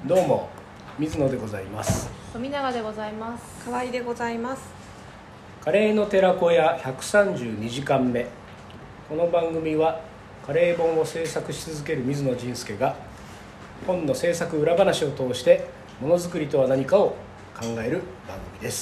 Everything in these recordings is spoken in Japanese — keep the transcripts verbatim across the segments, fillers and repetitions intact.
どうも水野でございます。 富永でございます。 河合でございます。 カレーの寺子屋ひゃくさんじゅうにじかんめ。この番組はカレー本を制作し続ける水野仁介が本の制作裏話を通してものづくりとは何かを考える番組です。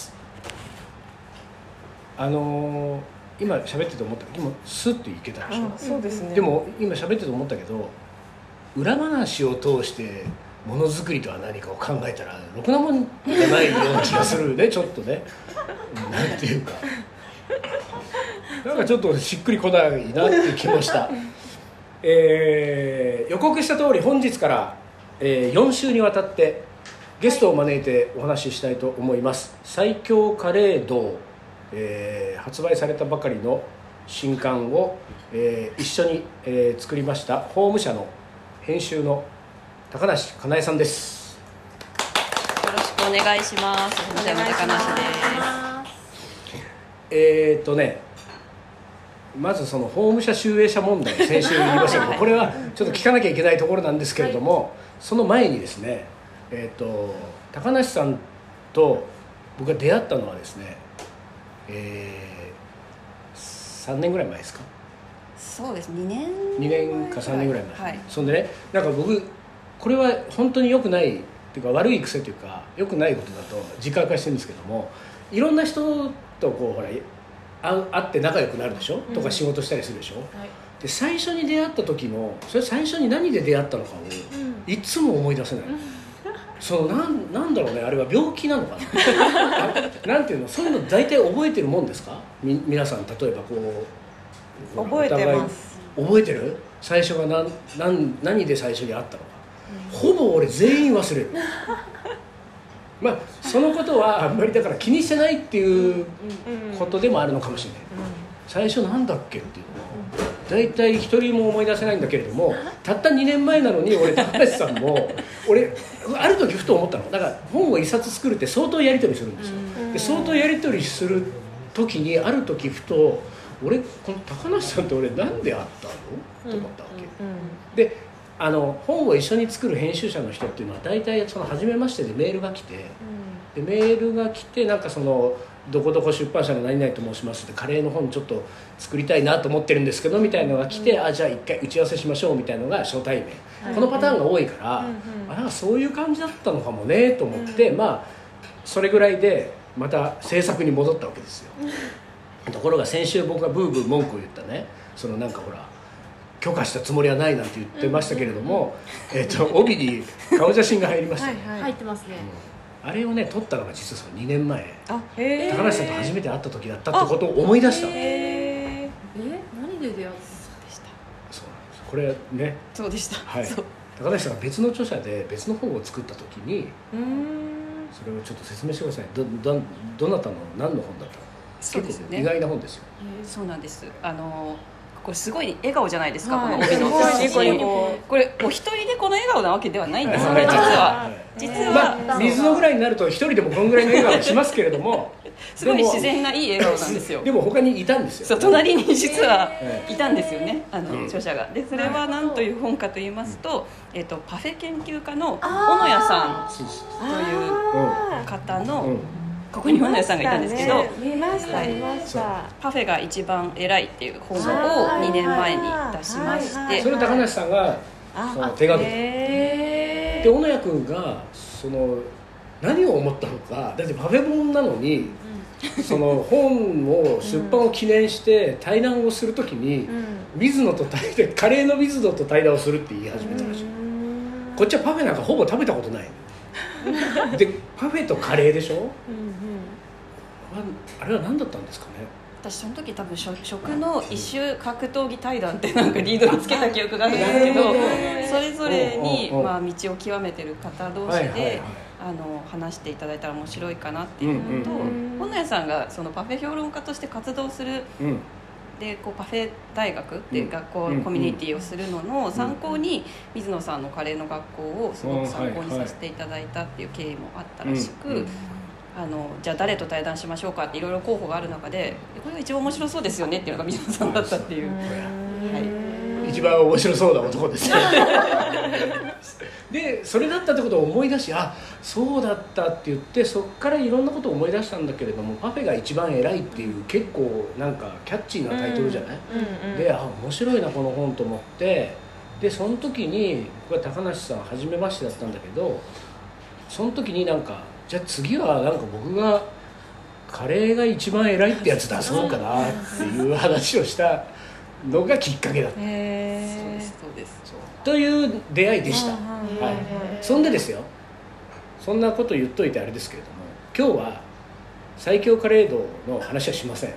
あのー、今喋ってて思ったけど今スッといけたでしょ。 そうですね。 でも今喋ってて思ったけど裏話を通してものづくりとは何かを考えたらろくなもんじゃないような気がするねちょっとね、なんていうかなんかちょっとしっくりこないなっていう気もした、えー、予告した通り本日から、えー、よん週にわたってゲストを招いてお話ししたいと思います。最強カレー堂、えー、発売されたばかりの新刊を、えー、一緒に、えー、作りました法務社の編集の高梨かなえさんです。 よろしくお願いします。 お願いします。 高梨です。 えーっとねまずその法務社集英社問題先週言いましたけど、はい、これはちょっと聞かなきゃいけないところなんですけれども、はい、その前にですね、えーっと高梨さんと僕が出会ったのはですね、えー、さんねんぐらい前ですか。 そうです、にねんにねんかさんねんぐらい前、はい、そんでね、なんか僕これは本当に良くないっていうか悪い癖というか良くないことだと自覚化してるんですけども、いろんな人とこうほら会って仲良くなるでしょ、うん、とか仕事したりするでしょ、はい、で最初に出会った時のそれ最初に何で出会ったのかを、うん、いつも思い出せない、うん、そのなん、なんだろうね、あれは病気なのかななんていうの、そういうの大体覚えてるもんですか。み皆さん例えばこう覚えてます。 覚えてる？最初が 何, 何, 何で最初に会ったのか、うん、ほぼ俺全員忘れるまあそのことはあんまりだから気にしてないっていうことでもあるのかもしれない、うんうん、最初なんだっけっていうのを大体一人も思い出せないんだけれども、たったにねんまえなのに俺高橋さんも俺ある時ふと思ったの。だから本を一冊作るって相当やり取りするんですよ、うん、で相当やり取りする時にある時ふと俺この高梨さんって俺なんで会ったのと思ったわけ、うんうん、であの本を一緒に作る編集者の人っていうのは大体その初めましてでメールが来て、うん、でメールが来てなんかそのどこどこ出版社の何々と申しますってカレーの本ちょっと作りたいなと思ってるんですけどみたいなのが来て、うん、あじゃあ一回打ち合わせしましょうみたいなのが初対面、はい、このパターンが多いから、うんうん、あなんかそういう感じだったのかもねと思って、うん、まあそれぐらいでまた制作に戻ったわけですよところが先週僕がブーブー文句を言ったね、そのなんかほら許可したつもりはないなんて言ってましたけれども、うんうんうん、えー、と帯に顔写真が入りましたね。 はいはい、入ってますね、 うん、あれをね撮ったのが実はそのにねんまえ、 あへ高梨さんと初めて会った時だったってことを思い出した。 へえ何で出会った？ そうでした。 そうなんです。これねそうでした、 はい、 そう高梨さんが別の著者で別の本を作った時にうーんそれをちょっと説明してください。 ど, ど, どなたの何の本だったの？ そうですよね、 意外な本ですよ。 そうなんです。あのこれすごい笑顔じゃないですか、 はい、 この帯の写真。これお一人でこの笑顔なわけではないんですよね、実は。実は、 まあ、水のぐらいになると一人でもこのぐらいの笑顔しますけれどもすごい自然ないい笑顔なんですよ。 でも他にいたんですよ。 そう隣に実はいたんですよね、あの著者が。でそれは何という本かと言いますと、えー、とパフェ研究家の小野谷さんという方の、うんここに小野谷さんがいたんですけど、 見ました見ました。 パフェが一番偉いっていう本をにねんまえに出しまして、 それを高梨さんがその手がけた。で小野谷君がその何を思ったのか、だってパフェ本なのに、うん、その本を出版を記念して対談をするときに、うん、水野と対談カレーの水野と対談をするって言い始めたらしい。こっちはパフェなんかほぼ食べたことないでパフェとカレーでしょ、うんうん、あれは何だったんですかね。 私その時多分食の一周格闘技対談ってなんかリードにつけた記憶があるんですけど、それぞれにまあ道を極めてる方同士であの話していただいたら面白いかなっていうのと、小野谷さんがそのパフェ評論家として活動する、うんでこうパフェ大学っていう学校、うん、コミュニティをするのの参考に、うん、水野さんのカレーの学校をすごく参考にさせていただいたっていう経緯もあったらしく、うんうん、あのじゃあ誰と対談しましょうかっていろいろ候補がある中でこれが一番面白そうですよねっていうのが水野さんだったっていう、はい、 一一番面白そうな男ですねでそれだったってことを思い出し、あ、そうだったって言って、そこからいろんなことを思い出したんだけれども、パフェが一番偉いっていう結構なんかキャッチーなタイトルじゃない、うんうん、で、あ、面白いなこの本と思って、でその時にこれ高梨さん初めましてだったんだけど、その時になんか、じゃあ次はなんか僕がカレーが一番偉いってやつ出そうかなっていう話をしたのがきっかけだった。 へー、そうですそうです。 という出会いでした。はい。そんでですよ、そんなこと言っといてあれですけれども、今日は最強カレー道の話はしません。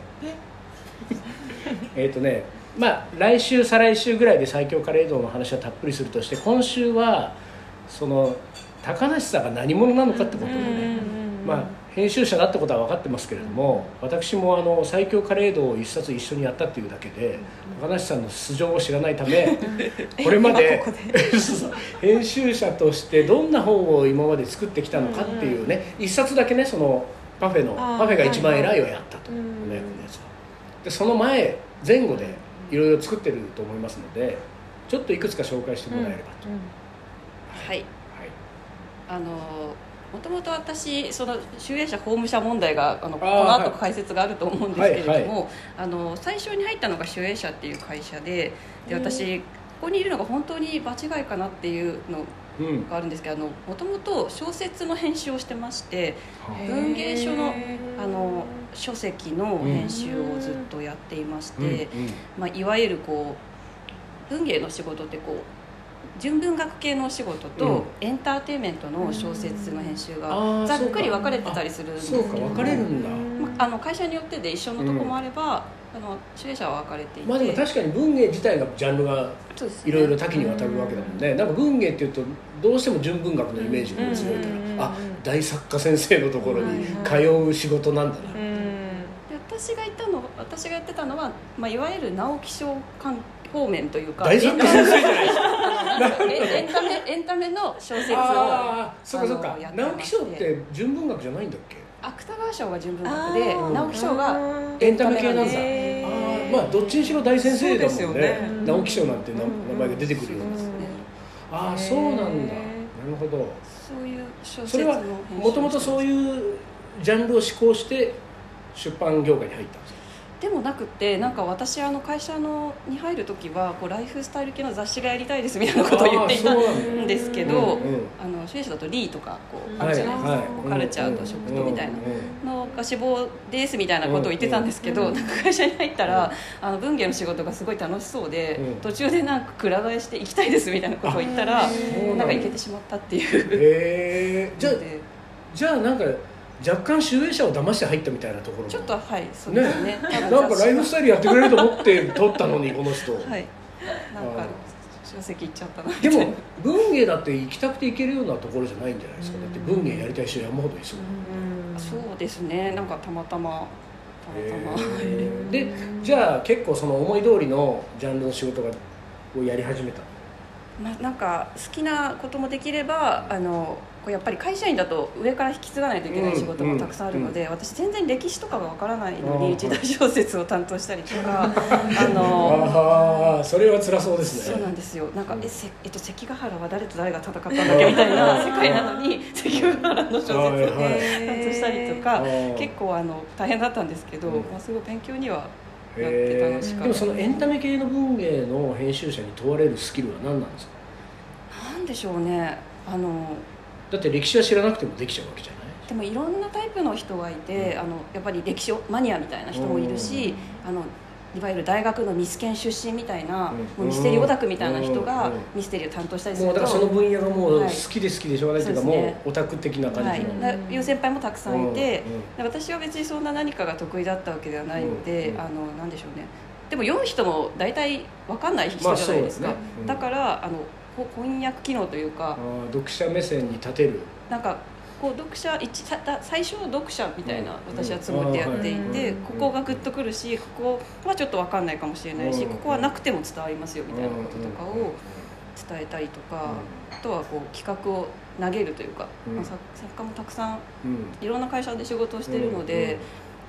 えっとね、まあ来週再来週ぐらいで最強カレー道の話はたっぷりするとして、今週はその高梨さんが何者なのかってことをね、まあ編集者だってことは分かってますけれども、私もあの最強カレー道を一冊一緒にやったっていうだけで、高梨さんの素性を知らないため、これまで編集者としてどんな本を今まで作ってきたのかっていうね、一冊だけね、そのパフェのパフェが一番偉いをやったと、この役のやつは。でその前前後でいろいろ作ってると思いますので、ちょっといくつか紹介してもらえればと。 はい、はい、あのもともと私、その集英社法務社問題があのこの後解説があると思うんですけれども、はいはい、あの最初に入ったのが集英社っていう会社で、で私ここにいるのが本当に場違いかなっていうのがあるんですけど、もともと小説の編集をしてまして、文芸書のあの書籍の編集をずっとやっていまして、まあ、いわゆるこう文芸の仕事ってこう純文学系のお仕事とエンターテインメントの小説の編集がざっくり分かれてたりするんですけど、 そうか、分かれるんだ、 まあ、あの会社によってで一緒のとこもあれば、うん、あの集英社は分かれていて、 まあ、でも確かに文芸自体がジャンルがいろいろ多岐にわたるわけだもんね。なんか文芸っていうとどうしても純文学のイメージが強いから、あ、大作家先生のところに通う仕事なんだな、で私がいたの私がやってたのは、まあ、いわゆる直木賞関方面というか、 大作家先生じゃないですかエンタメエンタメの小説を、 ああ、そうかそうか、直木賞って純文学じゃないんだっけ。 芥川賞が純文学で、直木賞がエンタメ系なんだ。あ、まあどっちにしろ大先生だもんね。直木賞なんて名前が出てくるようなですね。ああ、そうなんだ。なるほど。 そういう小説の、 それはもともとそういうジャンルを志向して出版業界に入ったんですか。 でもなくて、なんか私あの会社のに入る時はこうライフスタイル系の雑誌がやりたいですみたいなことを言っていたんですけど、集英社だとリーとかこうあるじゃないですか、はいはい、カルチャーと食とみたいなのが志望ですみたいなことを言ってたんですけど、なんか会社に入ったらあの文芸の仕事がすごい楽しそうで、途中でなんかくら替えして行きたいですみたいなことを言ったら、なんか行けてしまったっていう。 へー、じゃあじゃあなんか若干集英社を騙して入ったみたいなところもちょっと、はい、そうですね。 ね、なんかライフスタイルやってくれると思って取ったのにこの人、はい、 なんか書籍行っちゃったな。 でも文芸だって行きたくて行けるようなところじゃないんじゃないですか。だって文芸やりたい人山ほどいそう。 そうですね、なんかたまたまたまたまで、じゃあ結構その思い通りのジャンルの仕事がをやり始めた。 まあ、なんか好きなこともできれば、あのこうやっぱり会社員だと上から引き継がないといけない仕事もたくさんあるので、うんうん、私全然歴史とかがわからないのに時代小説を担当したりとかあのあ、それは辛そうですね。 そうなんですよ。なんか、えせえっと、関ヶ原は誰と誰が戦ったんだっけみたいな世界なのに関ヶ原の小説を担当したりとか、結構あの大変だったんですけど、まあ、すごい勉強にはやって楽しかった。 でもそのエンタメ系の文芸の編集者に問われるスキルは何なんですか。 なんでしょうね、あのだって歴史は知らなくてもできちゃうわけじゃない。 でもいろんなタイプの人がいて、あのやっぱり歴史マニアみたいな人もいるし、あのいわゆる大学のミス研出身みたいな、もうミステリーオタクみたいな人がミステリーを担当したりすると、 もうだからその分野がもう好きで好きでしょうがないというか、はい、もうオタク的な感じの、 はい、いう先輩もたくさんいて、うんうん、私は別にそんな何かが得意だったわけではないので、うんうん、あのなんでしょうね、でも読む人も大体分かんない人じゃないですか、まあそうですね、うん、だからあの翻訳機能というか、 読者目線に立てる、 なんかこう読者一最初は読者みたいな私はつもりでやっていて、ここがグッとくるし、ここはちょっと分かんないかもしれないし、ここはなくても伝わりますよみたいなこととかを伝えたりとか、あとはこう企画を投げるというか、まあ、作家もたくさんいろんな会社で仕事をしているので、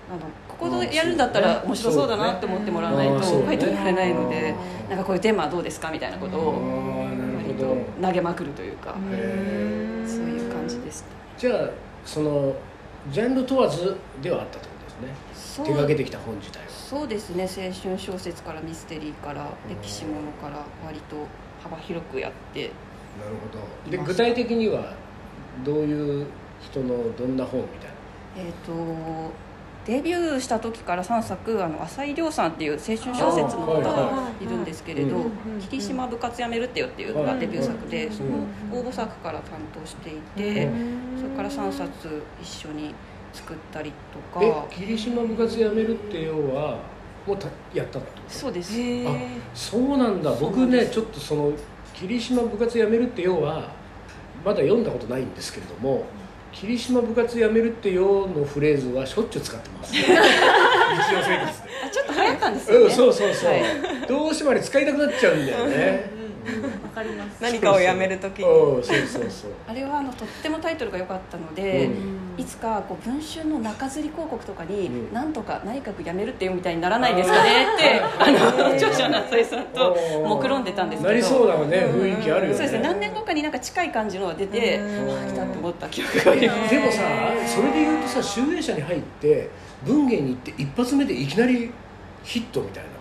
あのここでやるんだったら面白そうだなって思ってもらわないと書いてもらえないので、なんかこういうテーマはどうですかみたいなことを割と投げまくるというか、そういう感じです。 じゃあそのジャンル問わずではあったということですね。手掛けてきた本自体は。 そうですね。青春小説からミステリーから歴史ものから割と幅広くやって。なるほど。で具体的にはどういう人のどんな本みたいな。 えっとデビューした時からさんさくあの浅井亮さんっていう青春小説の方がいるんですけれど「霧島部活やめるってよ」っていうのがデビュー作で、その応募作から担当していて、それからさんさつ一緒に作ったりとか。 え霧島部活やめるってよはもうたやったの？ そうです。 あ、そうなんだ。僕ねちょっとその霧島部活やめるってよはまだ読んだことないんですけれども、霧島部活やめるってよのフレーズはしょっちゅう使ってます日常生活で。 あ、ちょっと流行ったんですよね、 うん、そうそうそう、 はい、 どうしてもあれ使いたくなっちゃうんだよね。 わかります。 何かをやめるときに。 そうそうそうそう。 あれはあのとってもタイトルが良かったので、うん、いつかこう文春の中吊り広告とかに、うん、なんとか内閣やめるってよみたいにならないですかねってあの著者の浅井さんと目論んでたんですけど、 なりそうだわね、雰囲気あるよね。 そうですね。何年後かになんか近い感じのが出て、あ、来たと思った記憶があります。 でもさ、それで言うとさ、集英社に入って文芸に行って一発目でいきなりヒットみたいなこと。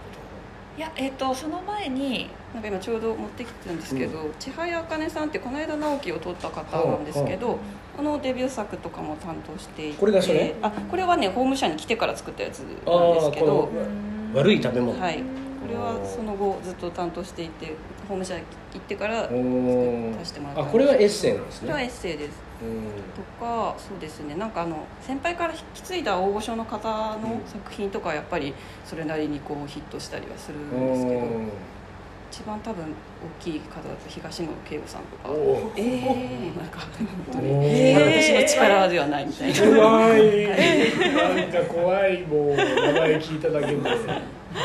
いや、えーと、その前になんか今ちょうど持ってきてるんですけど、うん、千早茜さんってこの間直木を取った方なんですけど、はあはあ、あのデビュー作とかも担当していて、 これがそれ？ あ、これはね法務省に来てから作ったやつなんですけど、 悪い食べ物、 はい、これはその後ずっと担当していて、法務省に行ってから作らせてもらったんです。 あ、これはエッセイなんですね。 これはエッセイです。とか、そうですね、なんかあの先輩から引き継いだ大御所の方の作品とかはやっぱりそれなりにこうヒットしたりはするんですけど、一番多分大きい方だと東野圭吾さんとか、えー、なんか本当に私の力ではないみたいな。 怖い、なんか怖い、もう名前聞いただけで。は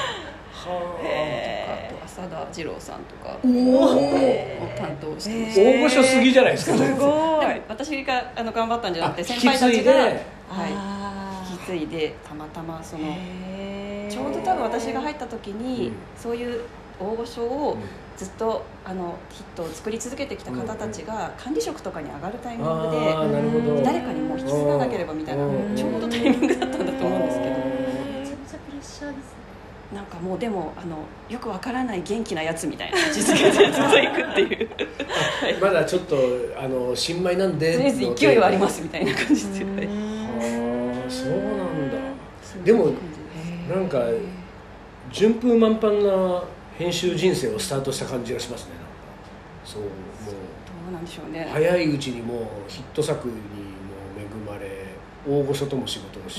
あ、とか浅田次郎さんとかを担当してました。 大御所すぎじゃないですか。 すごい。 私があの頑張ったんじゃなくて先輩たちが、はい、引き継いで、たまたまそのちょうど多分私が入った時に、うん、そういう大御所をずっとあのヒットを作り続けてきた方たちが管理職とかに上がるタイミングで誰かにもう引き継がなければみたいなちょうどタイミングだったんだと思うんですけど、 めちゃめちゃプレッシャーですね。 なんかもうでもあのよくわからない元気なやつみたいな実現でずっといくっていうまだちょっとあの新米なんでとりあえず勢いはありますみたいな感じですよね。 ああ、そうなんだ。でもなんか順風満帆な編集人生をスタートした感じがしますね。なんかそう、もうどうなんでしょうね。 早いうちにもうヒット作にも恵まれ、大御所とも仕事をし、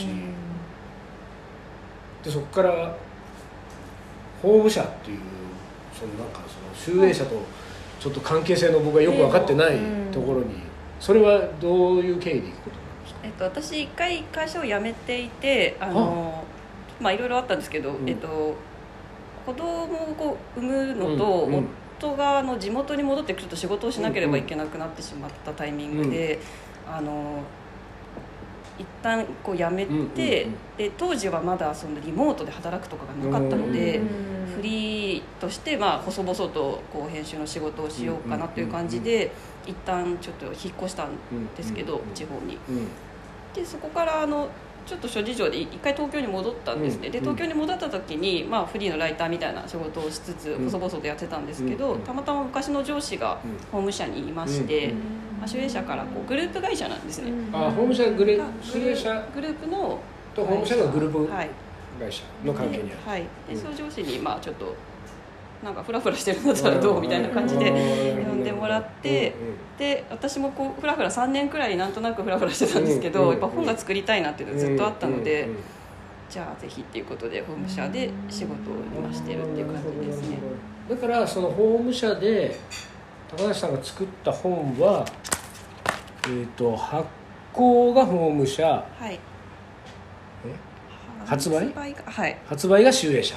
でそこから法務者っていうそのなんかその集英社とちょっと関係性の僕はよく分かってないところに、それはどういう経緯で行くことなんですか？ えっと、私一回会社を辞めていて、あのまあいろいろあったんですけど、うん、えっと子供をこう産むのと、うんうん、夫があの地元に戻ってくると仕事をしなければいけなくなってしまったタイミングで、うん、あの一旦こう辞めて、うんうんうん、で当時はまだそのリモートで働くとかがなかったので、フリーとしてまあ細々とこう編集の仕事をしようかなという感じで一旦ちょっと引っ越したんですけど、地方に。でそこからあのちょっと諸事情で一回東京に戻ったんですね。で東京に戻った時に、まあ、フリーのライターみたいな仕事をしつつ細々とやってたんですけど、たまたま昔の上司が法務社にいまして、まあ、集英社からこうグループ会社なんですね。 あ、法務社グル集英社グループのと法務社のグループ会社の関係にある。 はい、でその上司にまあちょっとなんかフラフラしてるんだったらどうみたいな感じで呼んでもらって、で私もこうフラフラさんねんくらいなんとなくフラフラしてたんですけど、やっぱ本が作りたいなっていうのがずっとあったので、じゃあぜひっていうことで法務社で仕事を今してるっていう感じですね。 だからその法務社で高橋さんが作った本は、えー、と発行が法務社、 はい、 え発売発売が、はい、 発売が集英社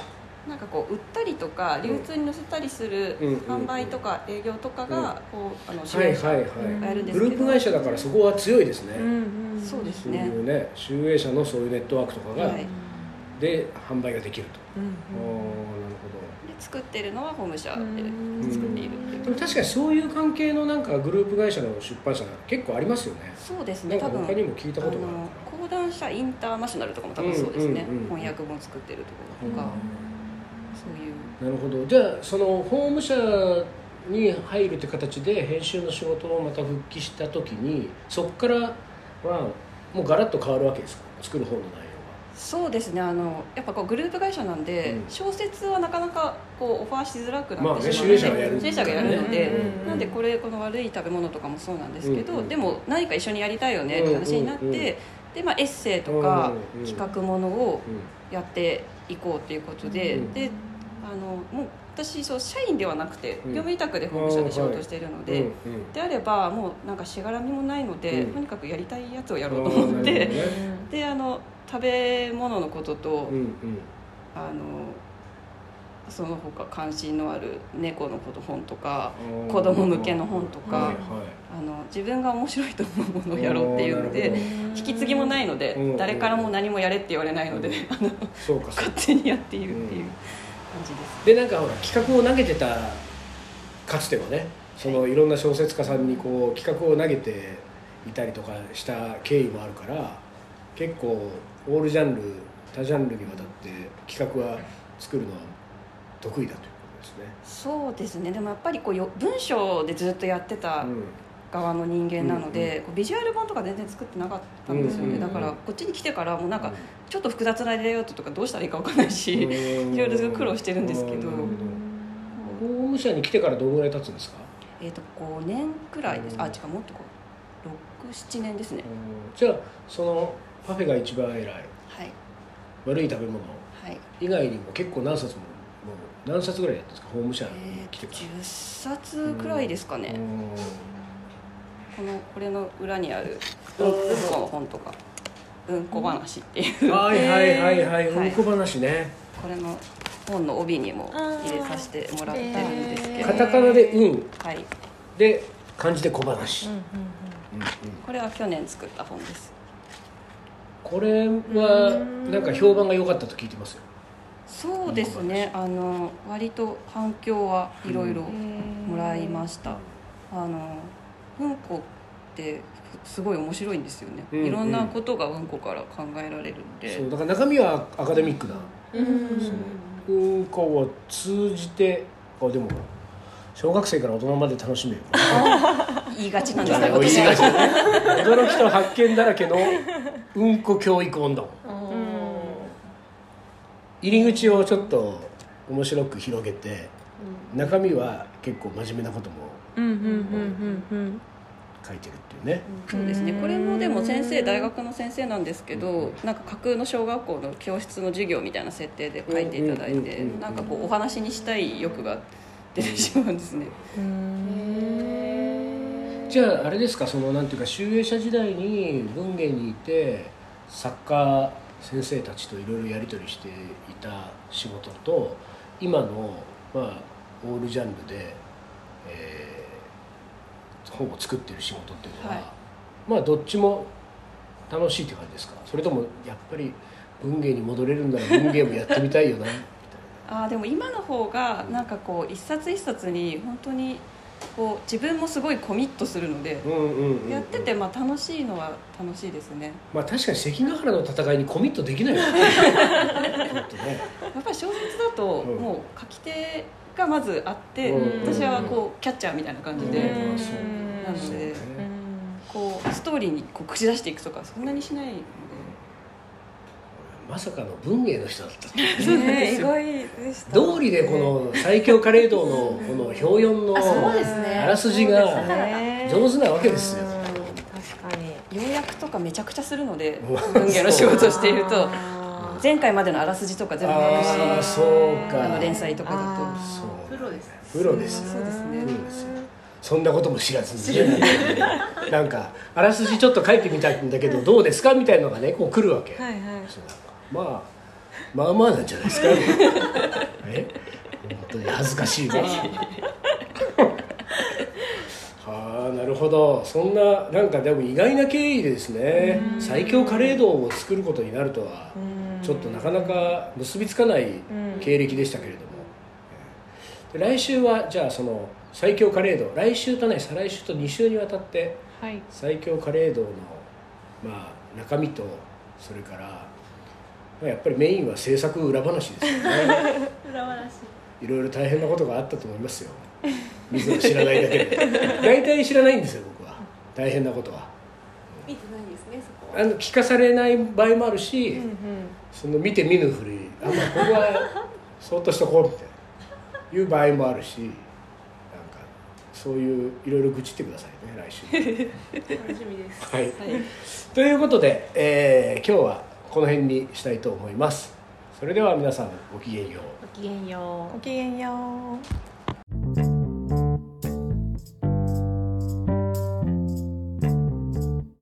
なんかこう売ったりとか流通に載せたりする販売とか営業とかがこうあの集英社がやるんですけど、 グループ会社だからそこは強いですね。 そうですそうね。 いうね集英社のそういうネットワークとかが、 はい、 で販売ができると。 うんおーなるで作ってるのは法務社でうん作っているっていう。 ほど。でも確かにそういう関係のなんかグループ会社の出版社が結構ありますよね。 そうですね。 なんか多分他にも聞いたことがあるあの講談社インターナショナルとかも多分そうですね。 うんうんうん翻訳本作ってるところとか、そういう。 なるほど。じゃあその法務社に入るって形で編集の仕事をまた復帰した時に、そこからはもうガラッと変わるわけですか、作る方の内容は。 そうですね。あのやっぱこうグループ会社なんで、 うん小説はなかなかこうオファーしづらくなまあねってしまうので、 集英社がやる集英社がやるので、 うんなんでこれこの悪い食べ物とかもそうなんですけど、 うんでも何か一緒にやりたいよねって話になって、 うんうんうんでまあエッセイとかうんうん企画ものをうやっていこうっていうことで、 うんであのもう私そう社員ではなくて、 うん業務委託で法務社で仕事しているので、 んうんうんであればもうなんかしがらみもないので、 うんとにかくやりたいやつをやろうと思って、 あーなるほどねであの食べ物のことと、 うんうんあのその他関心のある猫のこと本とか子供向けの本とか、 はいはいあの自分が面白いと思うものをやろうっていうので、引き継ぎもないので、 うん誰からも何もやれって言われないので、 うんあのそうかそう勝か。 手にやっているっていう感じです。 でなんかほら企画を投げてたかつてはね、そのいろんな小説家さんにこう企画を投げていたりとかした経緯もあるから、結構オールジャンル多ジャンルにわたって企画は作るのは得意だということですね。 そうですね。でもやっぱりこうよ文章でずっとやってたうん側の人間なので、 うんうんこうビジュアル本とか全然作ってなかったんですよね、 うんうんだからこっちに来てからもうなんかちょっと複雑なレイアウトとかどうしたらいいか分かんないし、いいろいろ苦労してるんですけど、 法務社に来てからどのぐらい経つんですか？ えーとごねんくらいです。 うんあ違うもっとこうろく、ななねんですね。 じゃあそのパフェが一番偉い、 はい悪い食べ物はい。 以外にも結構何冊ももう何冊ぐらいやってるんですか、法務社にえーと来てから。 じゅっさつくらいですかね。このこれの裏にあるうんうんこの本とかうんこ話っていう、 うんはいはいはいはい、 はいうんこ話ね。 これの本の帯にも入れさせてもらってるんですけど、 カタカナでうんはい。 で漢字で小話、うんうんこれは去年作った本です。 これはなんか評判が良かったと聞いてますよ。 そうですね。あの割と反響はいろいろもらいました。あのうんこってすごい面白いんですよね。 うんうんいろんなことがうんこから考えられるんで。 そうだから中身はアカデミックな、 うんそのうんこを通じて、あでも小学生から大人まで楽しめる言いがちなんです言ね。私は。 いがちだね驚きと発見だらけのうんこ教育温度、入り口をちょっと面白く広げて、中身は結構真面目なこともうんうんうんうんうん書いてるっていうね、 そうですね。これもでも先生大学の先生なんですけど、なんか架空の小学校の教室の授業みたいな設定で書いていただいて、 うんうんうんうんなんかこうお話にしたい欲が出てしまうんですね。 じゃああれですか、そのなんていうか集英社時代に文芸にいて作家先生たちといろいろやり取りしていた仕事と、今の、まあ、オールジャンルで、えー本を作ってる仕事っていうのは、 はいまあどっちも楽しいって感じですか？それともやっぱり文芸に戻れるんなら文芸もやってみたいよなみたいな。 あーでも今の方がなんかこう一冊一冊に本当にこう自分もすごいコミットするので、 うんうんうんうん、 やっててまあ楽しいのは楽しいですね。 まあ確かに関ヶ原の戦いにコミットできないよねちょっとね。 やっぱり小説だとうんもう書き手がまずあって、 うん私はこうキャッチャーみたいな感じで、 うんそうなのでそうねこうストーリーにこう口出していくとかそんなにしないので。 まさかの文芸の人だった。 ね意外でした。 道理でこの最強カレー道のこの表四のそうですねあらすじが上手なわけですよ。 うん確かに。 要約とかめちゃくちゃするのでうわ文芸の仕事をしているとあー前回までのあらすじとか全部書くし、 ああそうか。 あの連載とかだとあそうプロです。 プロですよ。 そうですねプロですよ。そんなことも知らずにねなんかあらすじちょっと書いてみたいんだけどどうですかみたいなのがねこう来るわけ。 はいはい。 そうまあまあまあなんじゃないですかえ本当に恥ずかしいなはあ、なるほど。そんななんかでも意外な経緯でですね、最強カレー道を作ることになるとはちょっとなかなか結びつかない経歴でしたけれども、で来週はじゃあその最強カレー道、来週とね再来週とに週にわたって最強カレー道のまあ中身と、それからまあやっぱりメインは制作裏話ですよね裏話。 いろいろ大変なことがあったと思いますよ水野知らないだけで大体知らないんですよ僕は、大変なことは見てないですね、そこは。 あの聞かされない場合もあるし、 うんうんその見て見ぬふり、あんまここはそっとしとこうみたいないう場合もあるし、なんかそういういろいろ愚痴ってくださいね来週楽しみです。 はい、 はいということで、えー今日はこの辺にしたいと思います。それでは皆さんごきげんよう。 ごきげんよう。 ごきげんよう。